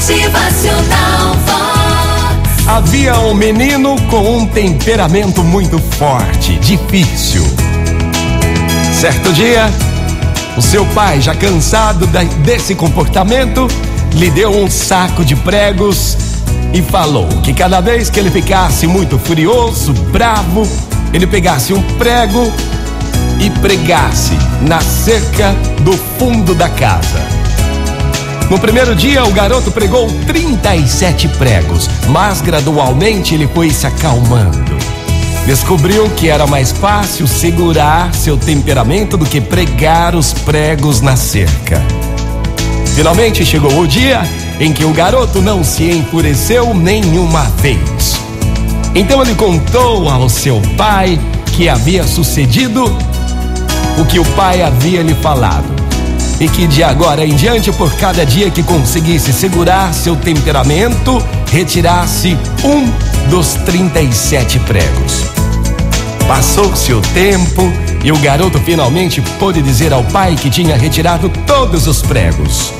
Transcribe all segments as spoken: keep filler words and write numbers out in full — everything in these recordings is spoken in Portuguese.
Motivacional Vox. Havia um menino com um temperamento muito forte, difícil. Certo dia, o seu pai, já cansado desse comportamento, lhe deu um saco de pregos e falou que cada vez que ele ficasse muito furioso, bravo, ele pegasse um prego e pregasse na cerca do fundo da casa. No primeiro dia, o garoto pregou trinta e sete pregos, mas gradualmente ele foi se acalmando. Descobriu que era mais fácil segurar seu temperamento do que pregar os pregos na cerca. Finalmente chegou o dia em que o garoto não se enfureceu nenhuma vez. Então ele contou ao seu pai que havia sucedido o que o pai havia lhe falado, e que de agora em diante, por cada dia que conseguisse segurar seu temperamento, retirasse um dos trinta e sete pregos. Passou-se o tempo e o garoto finalmente pôde dizer ao pai que tinha retirado todos os pregos.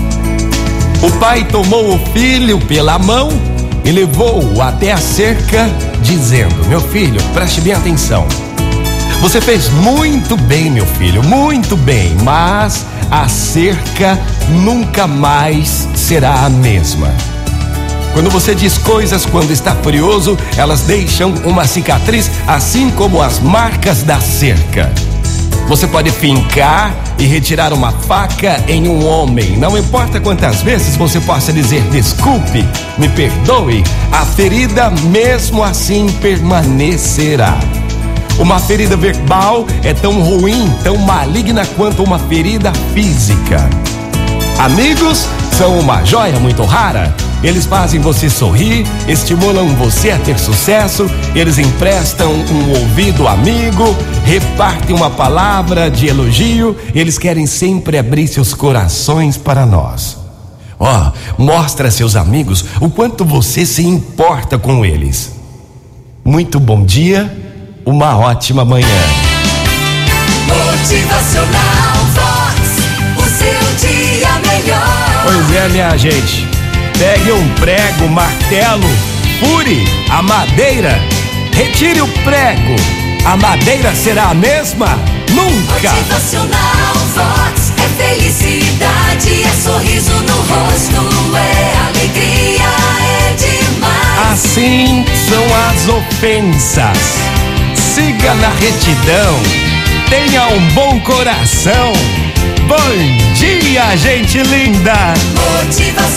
O pai tomou o filho pela mão e levou-o até a cerca, dizendo: meu filho, preste bem atenção. Você fez muito bem, meu filho, muito bem, mas a cerca nunca mais será a mesma. Quando você diz coisas quando está furioso, elas deixam uma cicatriz, assim como as marcas da cerca. Você pode fincar e retirar uma faca em um homem. Não importa quantas vezes você possa dizer desculpe, me perdoe, a ferida mesmo assim permanecerá. Uma ferida verbal é tão ruim, tão maligna quanto uma ferida física. Amigos são uma joia muito rara. Eles fazem você sorrir, estimulam você a ter sucesso, eles emprestam um ouvido amigo, repartem uma palavra de elogio, eles querem sempre abrir seus corações para nós. Ó, oh, mostra a seus amigos o quanto você se importa com eles. Muito bom dia, uma ótima manhã. Motivacional Vox, o seu dia melhor. Pois é, minha gente. Pegue um prego, martelo, fure a madeira, retire o prego. A madeira será a mesma? Nunca! Motivacional Vox é felicidade, é sorriso no rosto, é alegria, é demais. Assim são as ofensas. Siga na retidão, tenha um bom coração. Bom dia, gente linda! Motivacional